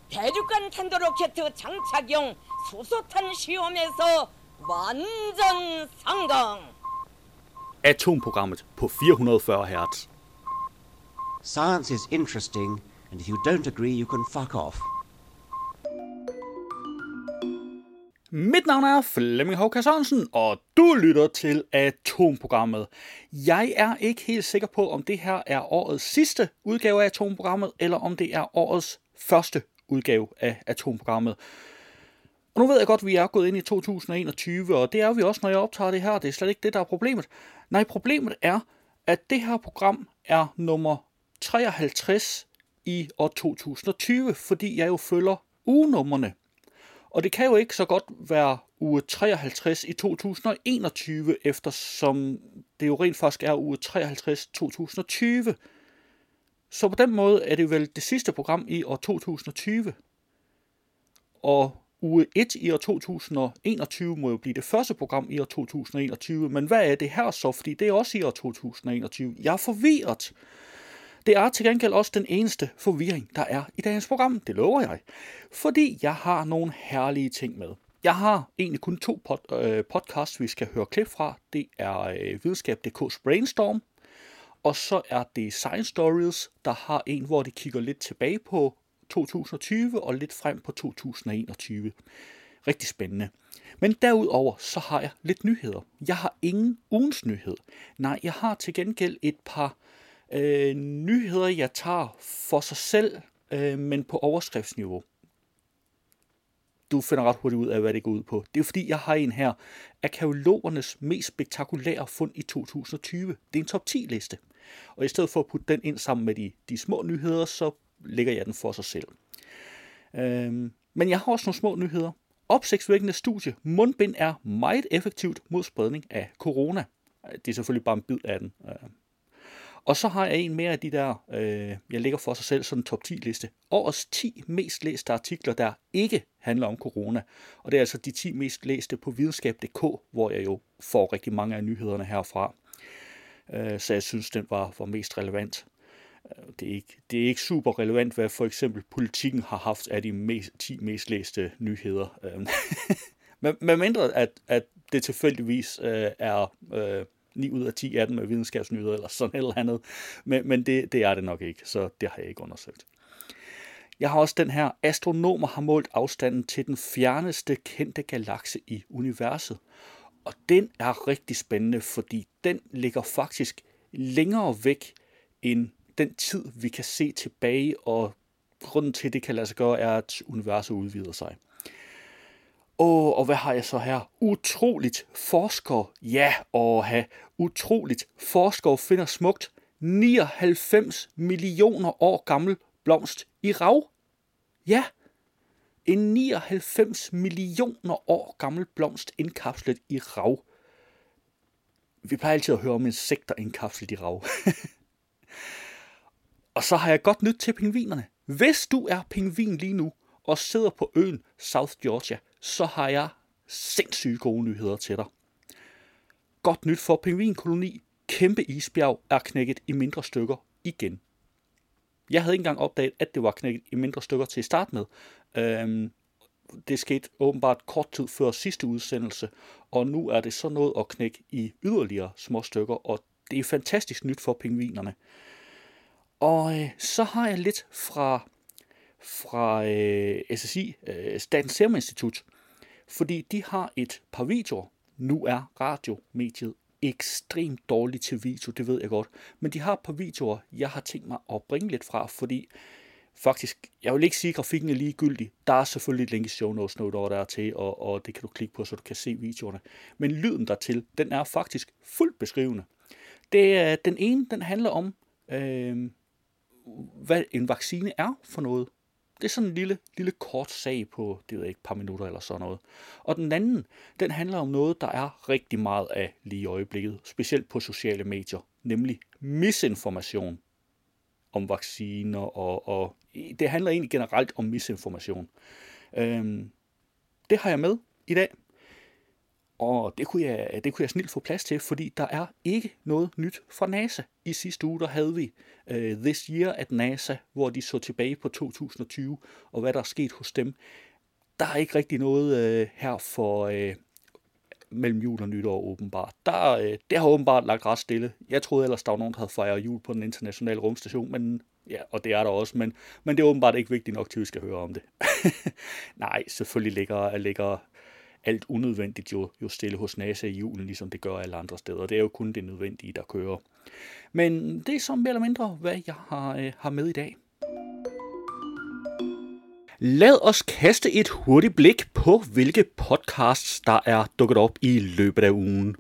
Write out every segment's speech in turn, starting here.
대륙간 탄도로켓 장착용 수소탄 시험에서 완전 성공. Atomprogrammet på 440 Hz. Science is interesting, and if you don't agree, you can fuck off. Mit navn er Flemming Hovkær Sørensen, og du lytter til Atomprogrammet. Jeg er ikke helt sikker på, om det her er årets sidste udgave af Atomprogrammet, eller om det er årets første udgave af Atomprogrammet. Og nu ved jeg godt, at vi er gået ind i 2021, og det er vi også, når jeg optager det her. Det er slet ikke det, der er problemet. Nej, problemet er, at det her program er nummer 53 i år 2020, fordi jeg jo følger ugenummerne. Og det kan jo ikke så godt være uge 53 i 2021, eftersom det jo rent faktisk er uge 53 2020. Så på den måde er det vel det sidste program i år 2020. Og uge 1 i år 2021 må jo blive det første program i år 2021. Men hvad er det her så? Fordi det er også i år 2021. Jeg er forvirret. Det er til gengæld også den eneste forvirring, der er i dagens program. Det lover jeg. Fordi jeg har nogle herlige ting med. Jeg har egentlig kun to podcasts, vi skal høre klip fra. Det er Videnskab.dk's Brainstorm. Og så er det Science Stories, der har en, hvor de kigger lidt tilbage på 2020 og lidt frem på 2021. Rigtig spændende. Men derudover så har jeg lidt nyheder. Jeg har ingen ugens nyhed. Nej, jeg har til gengæld et par nyheder, jeg tager for sig selv, men på overskriftsniveau. Du finder ret hurtigt ud af, hvad det går ud på. Det er fordi, jeg har en her. Arkæologernes mest spektakulære fund i 2020. Det er en top 10 liste. Og i stedet for at putte den ind sammen med de små nyheder, så lægger jeg den for sig selv. Men jeg har også nogle små nyheder. Opsigtsvækkende studie. Mundbind er meget effektivt mod spredning af corona. Det er selvfølgelig bare en bid af den. Og så har jeg en mere af de der, jeg lægger for sig selv sådan en top 10 liste. Årets 10 mest læste artikler, der ikke handler om corona. Og det er altså de 10 mest læste på videnskab.dk, hvor jeg jo får rigtig mange af nyhederne herfra. Så jeg synes, den var mest relevant. Det er ikke super relevant, hvad for eksempel Politikken har haft af de 10 mest læste nyheder. Med mindre, at det tilfældigvis er 9 ud af 10 af dem med videnskabsnyheder eller sådan eller andet. Men det er det nok ikke, så det har jeg ikke undersøgt. Jeg har også den her. Astronomer har målt afstanden til den fjerneste kendte galakse i universet. Og den er rigtig spændende, fordi den ligger faktisk længere væk end den tid, vi kan se tilbage, og grunden til, det kan lade sig gøre, er, at universet udvider sig. Og hvad har jeg så her? Utroligt forskere. Ja, utroligt forskere finder smukt 99 millioner år gammel blomst i rav. Ja, en 99 millioner år gammel blomst indkapslet i rav. Vi plejer altid at høre om insekter indkapslet i rav. Og så har jeg godt nyt til pingvinerne. Hvis du er pingvin lige nu og sidder på øen South Georgia, så har jeg sindssygt gode nyheder til dig. Godt nyt for pingvinkoloni. Kæmpe isbjerg er knækket i mindre stykker igen. Jeg havde ikke engang opdaget, at det var knækket i mindre stykker til at starte med. Det skete åbenbart kort tid før sidste udsendelse, og nu er det så nået at knække i yderligere små stykker, og det er fantastisk nyt for pingvinerne. Og så har jeg lidt fra SSI, Statens Serum Institut, fordi de har et par videoer. Nu er radiomediet ekstremt dårligt til video, det ved jeg godt, men de har et par videoer, jeg har tænkt mig at bringe lidt fra, fordi faktisk, jeg vil ikke sige, at grafikken er ligegyldig. Der er selvfølgelig et link i show notes, der er til, og det kan du klikke på, så du kan se videoerne. Men lyden dertil, den er faktisk fuldt beskrivende. Den ene, den handler om, hvad en vaccine er for noget. Det er sådan en lille kort sag på, det ved jeg ikke, et par minutter eller sådan noget. Og den anden, den handler om noget, der er rigtig meget af lige i øjeblikket, specielt på sociale medier, nemlig misinformation om vacciner, og det handler egentlig generelt om misinformation. Det har jeg med i dag. Og det kunne jeg snilt få plads til, fordi der er ikke noget nyt fra NASA. I sidste uge der havde vi This Year at NASA, hvor de så tilbage på 2020, og hvad der er sket hos dem. Der er ikke rigtig noget her for mellem jul og nytår åbenbart. Det har åbenbart lagt ret stille. Jeg troede ellers, der var nogen, der havde fejret jul på den internationale rumstation, men ja, og det er der også, men det er åbenbart ikke vigtigt nok til, at vi skal høre om det. Nej, selvfølgelig ligger alt unødvendigt jo stille hos NASA i julen, ligesom det gør alle andre steder. Det er jo kun det nødvendige, der kører. Men det er så mere eller mindre, hvad jeg har med i dag. Lad os kaste et hurtigt blik på, hvilke podcasts, der er dukket op i løbet af ugen.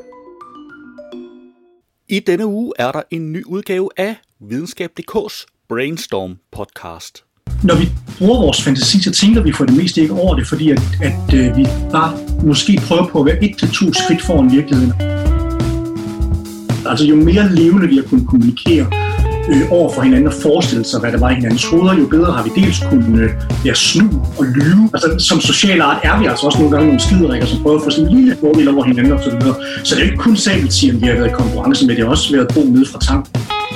I denne uge er der en ny udgave af Videnskab.dk's Brainstorm podcast. Når vi bruger vores fantasi, så tænker vi for det meste ikke over det, fordi at vi bare måske prøver på at være 1-2 skridt foran virkeligheden. Altså jo mere levende vi har kunnet kommunikere over for hinanden og forestille sig, hvad der var i hinandens hoveder, jo bedre har vi dels kunnet være snu og lyve. Altså som social art er vi altså også nogle gange nogle skiderikker, som prøver at få sådan en lille fordel over hinanden og så videre. Så det er jo ikke kun sabeltigeren, vi har været i konkurrence med, det har også været bo nede fra tanken.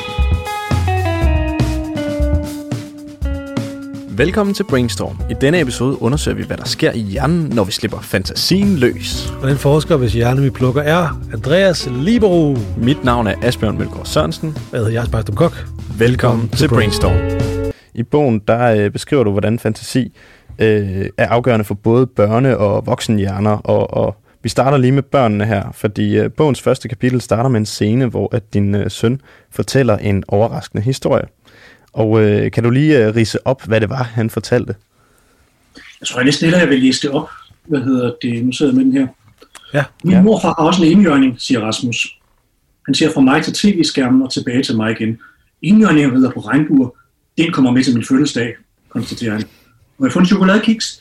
Velkommen til Brainstorm. I denne episode undersøger vi, hvad der sker i hjernen, når vi slipper fantasien løs. Og den forsker, hvis hjernen vi plukker, er Andreas Libero. Mit navn er Asbjørn Mølgaard Sørensen. Hvad hedder jeg, Spartum Kok. Velkommen til Brainstorm. I bogen der beskriver du, hvordan fantasi er afgørende for både børne- og voksenhjerner, og vi starter lige med børnene her, fordi bogens første kapitel starter med en scene, hvor at din søn fortæller en overraskende historie. Og kan du lige ridse op, hvad det var, han fortalte? Jeg tror, jeg næsten hellere, jeg vil læse det op. Nu sidder jeg med den her. Ja. Min morfar har også en enhjørning, siger Rasmus. Han siger fra mig til tv-skærmen og tilbage til mig igen. Enhjørninger rider på regnbuer. Den kommer med til min fødselsdag, konstaterer han. Og jeg har fundet chokoladekiks.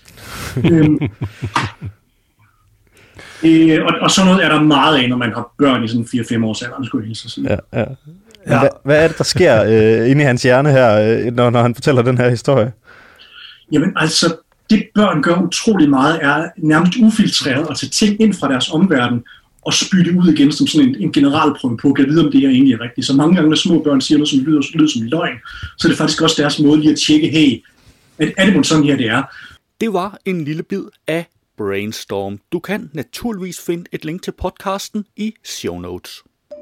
Og sådan noget er der meget af, når man har børn i sådan 4-5 års alder, skulle jeg hilse at sige. Ja. Hvad er det, der sker inde i hans hjerne her, når han fortæller den her historie? Jamen altså, det børn gør utrolig meget, er nærmest ufiltreret at tage ting ind fra deres omverden og spytte ud igen som sådan en generalprøve på, kan vide, om det her egentlig er rigtigt. Så mange gange, når små børn siger noget, som lyder som en løgn, så er det faktisk også deres måde lige at tjekke, hey, er det sådan her, det er? Det var en lille bid af Brainstorm. Du kan naturligvis finde et link til podcasten i show notes.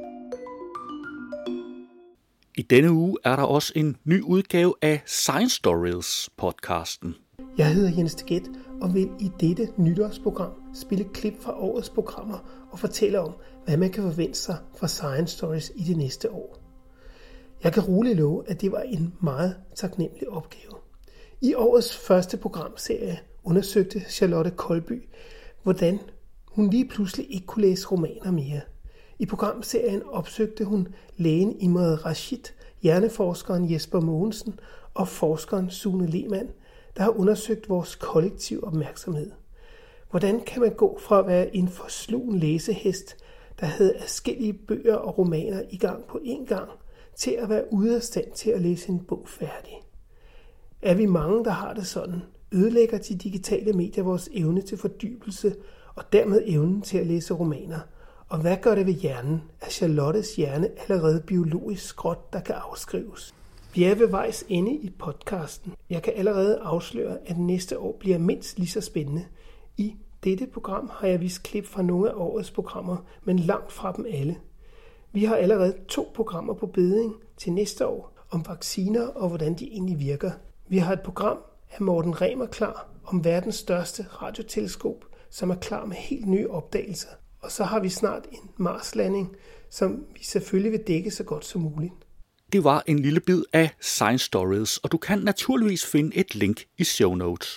I denne uge er der også en ny udgave af Science Stories podcasten. Jeg hedder Jens Teget og vil i dette nytårsprogram spille klip fra årets programmer og fortælle om, hvad man kan forvente sig fra Science Stories i det næste år. Jeg kan roligt love, at det var en meget taknemmelig opgave. I årets første programserie undersøgte Charlotte Kolby, hvordan hun lige pludselig ikke kunne læse romaner mere. I programserien opsøgte hun lægen Imad Rashid, hjerneforskeren Jesper Mogensen og forskeren Sune Lehmann, der har undersøgt vores kollektiv opmærksomhed. Hvordan kan man gå fra at være en forslugen læsehest, der havde adskillige bøger og romaner i gang på én gang, til at være ude af stand til at læse en bog færdig? Er vi mange, der har det sådan? Ødelægger de digitale medier vores evne til fordybelse og dermed evnen til at læse romaner? Og hvad gør det ved hjernen? Er Charlottes hjerne allerede biologisk skrot, der kan afskrives? Vi er ved vejs ende i podcasten. Jeg kan allerede afsløre, at næste år bliver mindst lige så spændende. I dette program har jeg vist klip fra nogle af årets programmer, men langt fra dem alle. Vi har allerede 2 programmer på beding til næste år om vacciner og hvordan de egentlig virker. Vi har et program af Morten Remer klar om verdens største radioteleskop, som er klar med helt nye opdagelser. Og så har vi snart en Mars-landing, som vi selvfølgelig vil dække så godt som muligt. Det var en lille bid af Science Stories, og du kan naturligvis finde et link i show notes.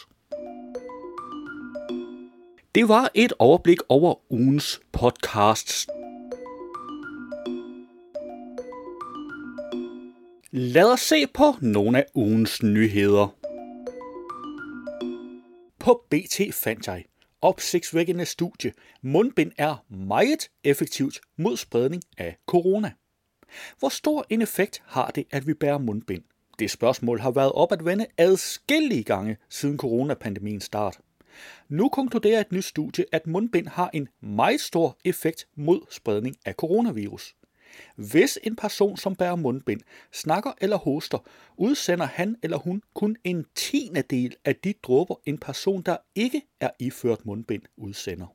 Det var et overblik over ugens podcasts. Lad os se på nogle af ugens nyheder. På BT fandt jeg opsigtsvækkende studie. Mundbind er meget effektivt mod spredning af corona. Hvor stor en effekt har det, at vi bærer mundbind? Det spørgsmål har været op at vende adskillige gange siden coronapandemiens start. Nu konkluderer et nyt studie, at mundbind har en meget stor effekt mod spredning af coronavirus. Hvis en person, som bærer mundbind, snakker eller hoster, udsender han eller hun kun en tiendedel af de dråber, en person, der ikke er iført mundbind, udsender.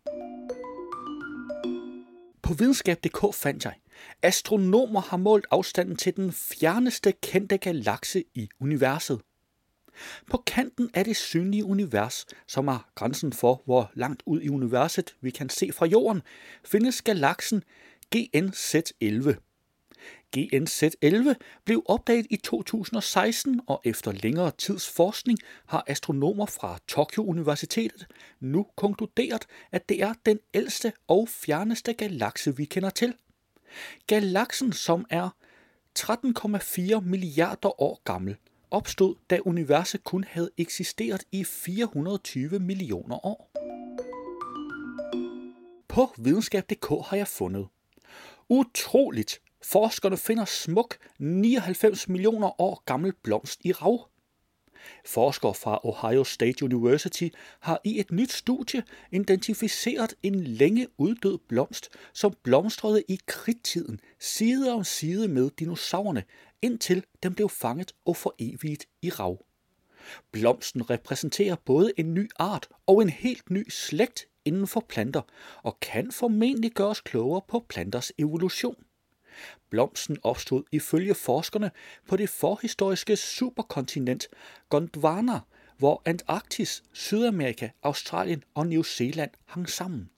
På videnskab.dk fandt jeg, astronomer har målt afstanden til den fjerneste kendte galakse i universet. På kanten af det synlige univers, som er grænsen for, hvor langt ud i universet vi kan se fra jorden, findes galaksen GNZ11. GNZ11 blev opdaget i 2016, og efter længere tids forskning har astronomer fra Tokyo Universitetet nu konkluderet, at det er den ældste og fjerneste galakse, vi kender til. Galaksen, som er 13,4 milliarder år gammel, opstod, da universet kun havde eksisteret i 420 millioner år. På videnskab.dk har jeg fundet: utroligt! Forskerne finder smuk 99 millioner år gammel blomst i rav. Forskere fra Ohio State University har i et nyt studie identificeret en længe uddød blomst, som blomstrede i kridttiden side om side med dinosaurerne, indtil den blev fanget og foreviget i rav. Blomsten repræsenterer både en ny art og en helt ny slægt inden for planter, og kan formentlig gøre os klogere på planters evolution. Blomsten opstod ifølge forskerne på det forhistoriske superkontinent Gondwana, hvor Antarktis, Sydamerika, Australien og New Zealand hang sammen.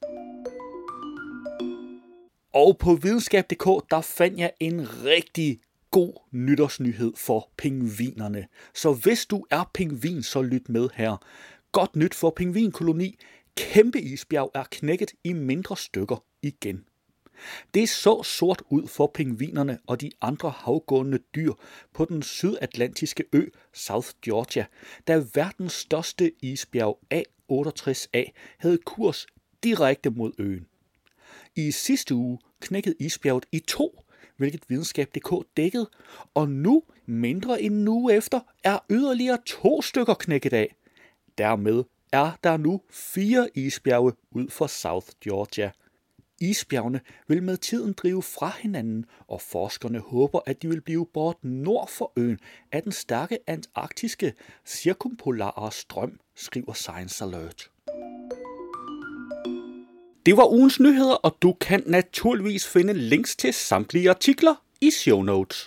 Og på videnskab.dk der fandt jeg en rigtig god nytårsnyhed for pingvinerne. Så hvis du er pingvin, så lyt med her. Godt nyt for pingvinkoloni. Kæmpe isbjerg er knækket i mindre stykker igen. Det så sort ud for pingvinerne og de andre havgående dyr på den sydatlantiske ø South Georgia, da verdens største isbjerg A68A havde kurs direkte mod øen. I sidste uge knækkede isbjerget i to, hvilket videnskab.dk dækkede, og nu, mindre end en uge efter, er yderligere 2 stykker knækket af. Dermed er der nu 4 isbjerge ud for South Georgia. Isbjergene vil med tiden drive fra hinanden, og forskerne håber, at de vil blive båret nord for øen af den stærke antarktiske cirkumpolare strøm, skriver Science Alert. Det var ugens nyheder, og du kan naturligvis finde links til samtlige artikler i show notes.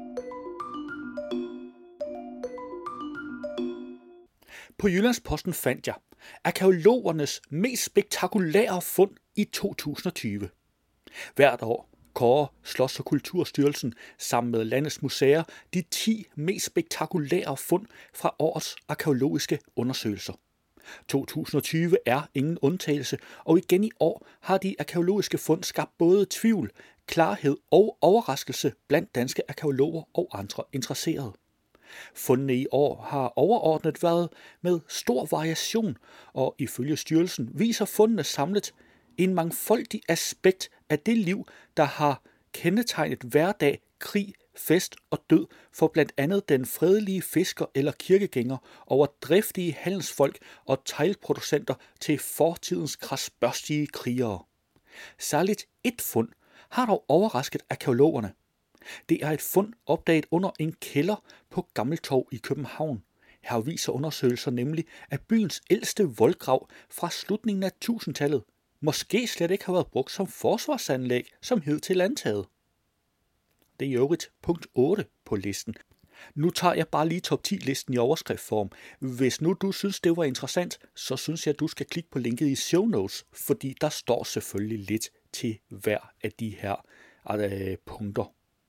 På Jyllandsposten fandt jeg arkæologernes mest spektakulære fund i 2020. Hvert år kårer Slots- og Kulturstyrelsen sammen med landets museer de 10 mest spektakulære fund fra årets arkæologiske undersøgelser. 2020 er ingen undtagelse, og igen i år har de arkæologiske fund skabt både tvivl, klarhed og overraskelse blandt danske arkæologer og andre interesserede. Fundene i år har overordnet været med stor variation, og ifølge styrelsen viser fundene samlet en mangfoldig aspekt af det liv, der har kendetegnet hverdag, krig, fest og død for blandt andet den fredelige fisker eller kirkegænger over driftige handelsfolk og teglproducenter til fortidens krasbørstige krigere. Særligt et fund har dog overrasket arkæologerne. Det er et fund opdaget under en kælder på Gammeltorv i København. Her viser undersøgelser nemlig, at byens ældste voldgrav fra slutningen af 1000-tallet måske slet ikke har været brugt som forsvarsanlæg, som hidtil antaget. Det er i øvrigt punkt 8 på listen. Nu tager jeg bare lige top 10-listen i overskriftform. Hvis nu du synes, det var interessant, så synes jeg, at du skal klikke på linket i show notes, fordi der står selvfølgelig lidt til hver af de her punkter.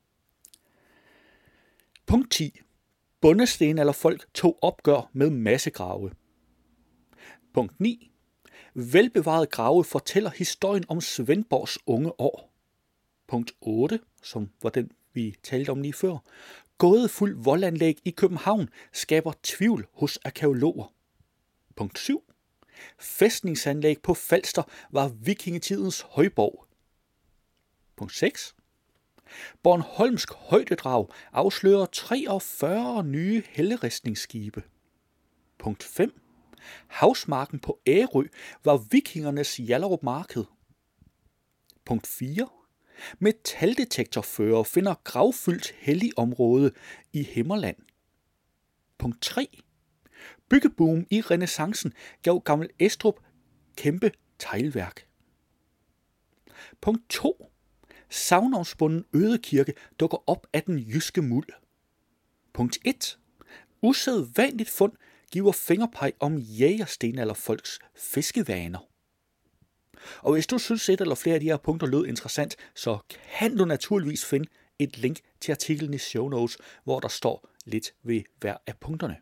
Punkt 10. Bondestenalderfolk tog opgør med massegrave. Punkt 9. Velbevarede grave fortæller historien om Svendborgs unge år. Punkt 8, som var den vi talte om lige før. Gådefuld voldanlæg i København skaber tvivl hos arkæologer. Punkt 7. Fæstningsanlæg på Falster var vikingetidens højborg. Punkt 6. Bornholmsk højdedrag afslører 43 nye helleristningsskibe. Punkt 5. Havsmarken på Ærø var vikingernes Hjallerup Marked. Punkt 4. Metaldetektorfører finder gravfyldt hellig område i Himmerland. Punkt 3. Byggeboom i renæssancen gav Gammel Estrup kæmpe teglværk. Punkt 2. Sagnomsbunden ødekirke dukker op af den jyske muld. Punkt 1. Usædvanligt fund giver fingerpeg om jægerstenalderfolks fiskevaner. Og hvis du synes et eller flere af de her punkter lød interessant, så kan du naturligvis finde et link til artiklen i show notes, hvor der står lidt ved hver af punkterne.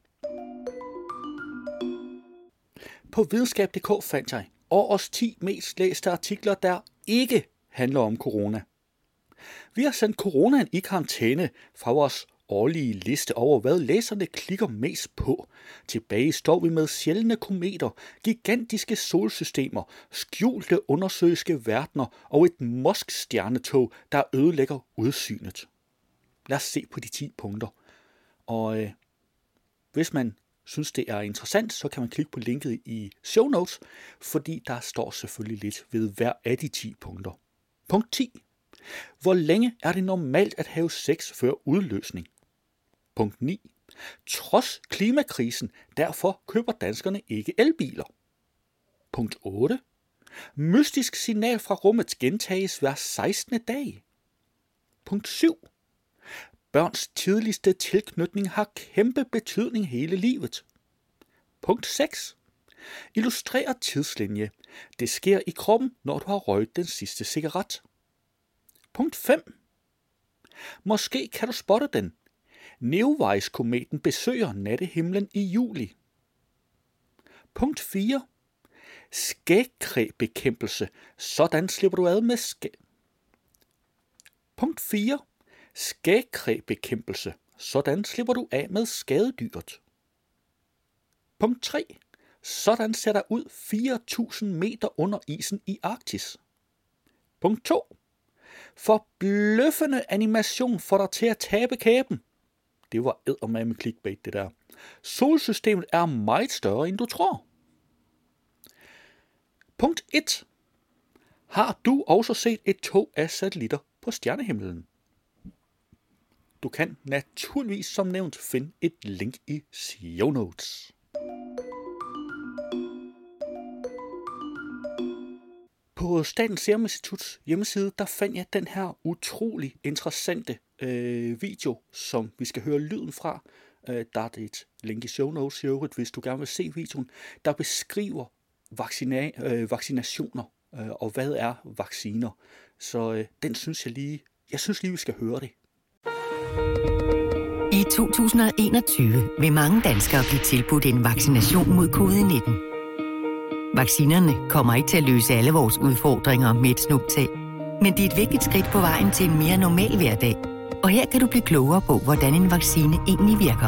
På videnskab.dk fandt jeg årets 10 mest læste artikler, der ikke handler om corona. Vi har sendt coronaen i karantæne fra vores årlige liste over, hvad læserne klikker mest på. Tilbage står vi med sjældne kometer, gigantiske solsystemer, skjulte undersøiske verdener og et Mosk-stjernetog, der ødelægger udsynet. Lad os se på de 10 punkter. Og hvis man synes, det er interessant, så kan man klikke på linket i show notes, fordi der står selvfølgelig lidt ved hver af de 10 punkter. Punkt 10. Hvor længe er det normalt at have sex før udløsning? Punkt 9. Trods klimakrisen, derfor køber danskerne ikke elbiler. Punkt 8. Mystisk signal fra rummet gentages hver 16. dag. Punkt 7. Børns tidligste tilknytning har kæmpe betydning hele livet. Punkt 6. Illustrerer tidslinje. Det sker i kroppen, når du har røget den sidste cigaret. Punkt 5. Måske kan du spotte den. Neowise-kometen besøger nattehimlen i juli. Punkt 4. Skægkræbekæmpelse. Sådan slipper du ad med Punkt 4. Skægkræbekæmpelse. Sådan slipper du af med skadedyret. Punkt 3. Sådan ser der ud 4.000 meter under isen i Arktis. Punkt 2. Forbløffende animation får dig til at tabe kæben. Det var eddermame clickbait, det der. Solsystemet er meget større, end du tror. Punkt 1. Har du også set et tog af satellitter på stjernehimlen? Du kan naturligvis som nævnt finde et link i show notes. På Statens Serum Instituts hjemmeside, der fandt jeg den her utrolig interessante video, som vi skal høre lyden fra. Der er et link i show notes i øvrigt, hvis du gerne vil se videoen, der beskriver vaccinationer og hvad er vacciner. Så den synes jeg synes lige, vi skal høre det. I 2021 vil mange danskere blive tilbudt en vaccination mod covid-19. Vaccinerne kommer ikke til at løse alle vores udfordringer med et snuptag, men det er et vigtigt skridt på vejen til en mere normal hverdag. Og her kan du blive klogere på, hvordan en vaccine egentlig virker.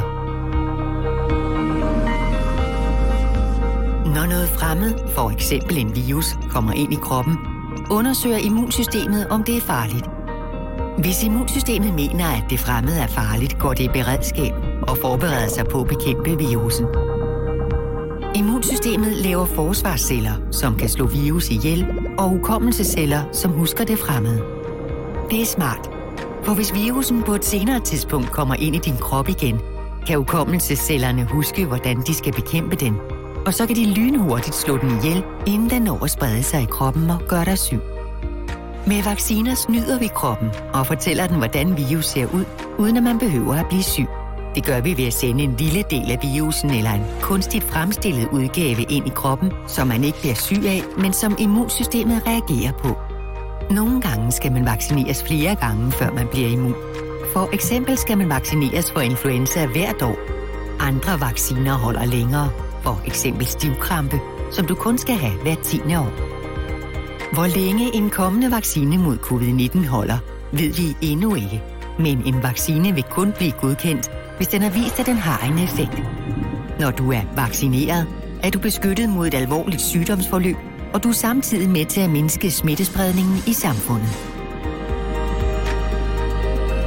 Når noget fremmed, for eksempel en virus, kommer ind i kroppen, undersøger immunsystemet, om det er farligt. Hvis immunsystemet mener, at det fremmede er farligt, går det i beredskab og forbereder sig på at bekæmpe virusen. Immunsystemet laver forsvarsceller, som kan slå virus ihjel, og hukommelsesceller, som husker det fremmede. Det er smart, for hvis virusen på et senere tidspunkt kommer ind i din krop igen, kan hukommelsescellerne huske, hvordan de skal bekæmpe den, og så kan de lynhurtigt slå den ihjel, inden den når at sprede sig i kroppen og gøre dig syg. Med vacciner snyder vi kroppen og fortæller den, hvordan virus ser ud, uden at man behøver at blive syg. Det gør vi ved at sende en lille del af virusen eller en kunstigt fremstillet udgave ind i kroppen, som man ikke bliver syg af, men som immunsystemet reagerer på. Nogle gange skal man vaccineres flere gange, før man bliver immun. For eksempel skal man vaccineres for influenza hvert år. Andre vacciner holder længere, for eksempel stivkrampe, som du kun skal have hvert 10. år. Hvor længe en kommende vaccine mod covid-19 holder, ved vi endnu ikke. Men en vaccine vil kun blive godkendt, hvis den har vist, at den har en effekt. Når du er vaccineret, er du beskyttet mod et alvorligt sygdomsforløb, og du er samtidig med til at mindske smittespredningen i samfundet.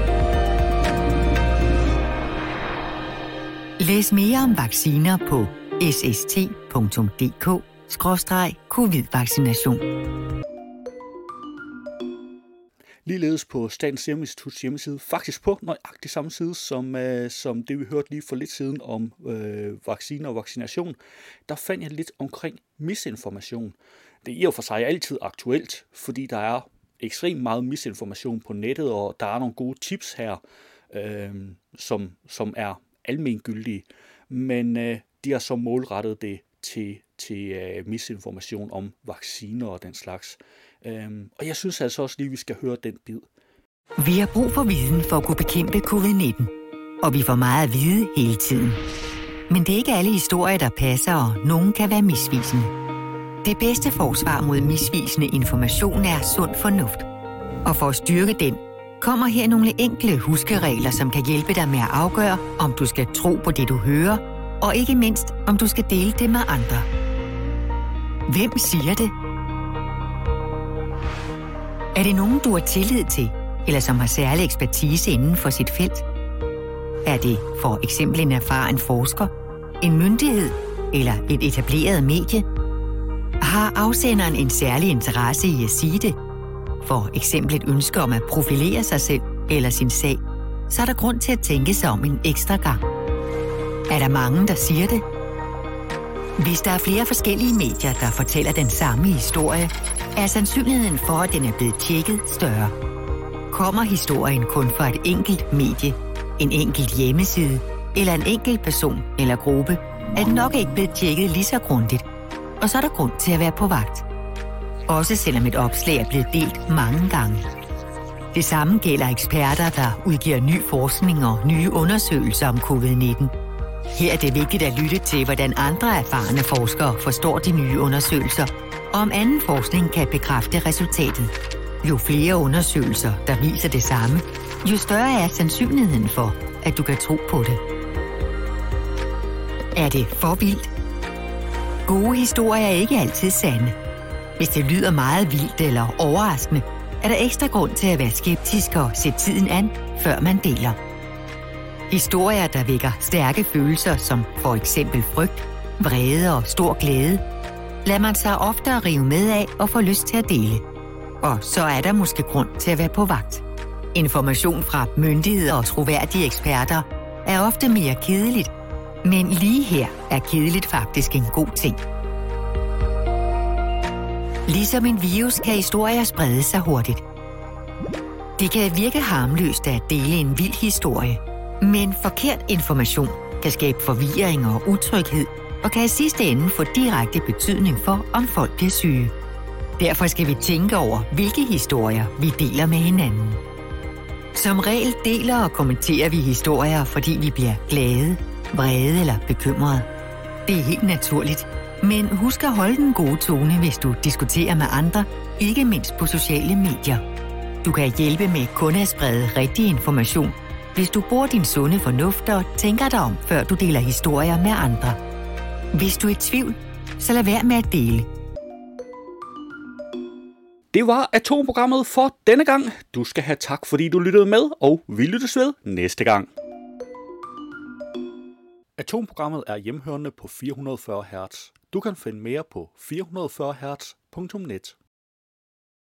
Læs mere om vacciner på sst.dk/covid-vaccination. Ligeledes på Statens Serum Instituts hjemmeside, faktisk på nøjagtig samme side som det, vi hørte lige for lidt siden om vacciner og vaccination, der fandt jeg lidt omkring misinformation. Det er i og for sig altid aktuelt, fordi der er ekstremt meget misinformation på nettet, og der er nogle gode tips her, som er almengyldige, men de har så målrettet det til misinformation om vacciner og den slags. Og jeg synes altså også lige, vi skal høre den bid. Vi har brug for viden for at kunne bekæmpe covid-19, og vi får meget at vide hele tiden. Men det er ikke alle historier, der passer, og nogen kan være misvisende. Det bedste forsvar mod misvisende information er sund fornuft. Og for at styrke den, kommer her nogle enkle huskeregler, som kan hjælpe dig med at afgøre, om du skal tro på det, du hører, og ikke mindst, om du skal dele det med andre. Hvem siger det? Er det nogen, du har tillid til, eller som har særlig ekspertise inden for sit felt? Er det for eksempel en erfaren forsker, en myndighed eller et etableret medie? Har afsenderen en særlig interesse i at sige det? For eksempel et ønske om at profilere sig selv eller sin sag, så er der grund til at tænke sig om en ekstra gang. Er der mange, der siger det? Hvis der er flere forskellige medier, der fortæller den samme historie, er sandsynligheden for, at den er blevet tjekket, større. Kommer historien kun fra et enkelt medie, en enkelt hjemmeside eller en enkelt person eller gruppe, er den nok ikke blevet tjekket lige så grundigt, og så er der grund til at være på vagt. Også selvom et opslag er blevet delt mange gange. Det samme gælder eksperter, der udgiver ny forskning og nye undersøgelser om covid-19. Her er det vigtigt at lytte til, hvordan andre erfarne forskere forstår de nye undersøgelser, og om anden forskning kan bekræfte resultatet. Jo flere undersøgelser, der viser det samme, jo større er sandsynligheden for, at du kan tro på det. Er det for vildt? Gode historier er ikke altid sande. Hvis det lyder meget vildt eller overraskende, er der ekstra grund til at være skeptisk og sætte tiden an, før man deler. Historier, der vækker stærke følelser, som for eksempel frygt, vrede og stor glæde, lader man sig ofte rive med af og få lyst til at dele. Og så er der måske grund til at være på vagt. Information fra myndigheder og troværdige eksperter er ofte mere kedeligt, men lige her er kedeligt faktisk en god ting. Ligesom en virus kan historier sprede sig hurtigt. Det kan virke harmløst at dele en vild historie, men forkert information kan skabe forvirring og utryghed, og kan i sidste ende få direkte betydning for, om folk bliver syge. Derfor skal vi tænke over, hvilke historier vi deler med hinanden. Som regel deler og kommenterer vi historier, fordi vi bliver glade, vrede eller bekymrede. Det er helt naturligt, men husk at holde den gode tone, hvis du diskuterer med andre, ikke mindst på sociale medier. Du kan hjælpe med kun at sprede rigtig information, hvis du bruger din sunde fornuft og tænker dig om, før du deler historier med andre. Hvis du er i tvivl, så lad være med at dele. Det var Atomprogrammet for denne gang. Du skal have tak, fordi du lyttede med, og vi lyttes ved næste gang. Atomprogrammet er hjemhørende på 440 Hz. Du kan finde mere på 440hz.net.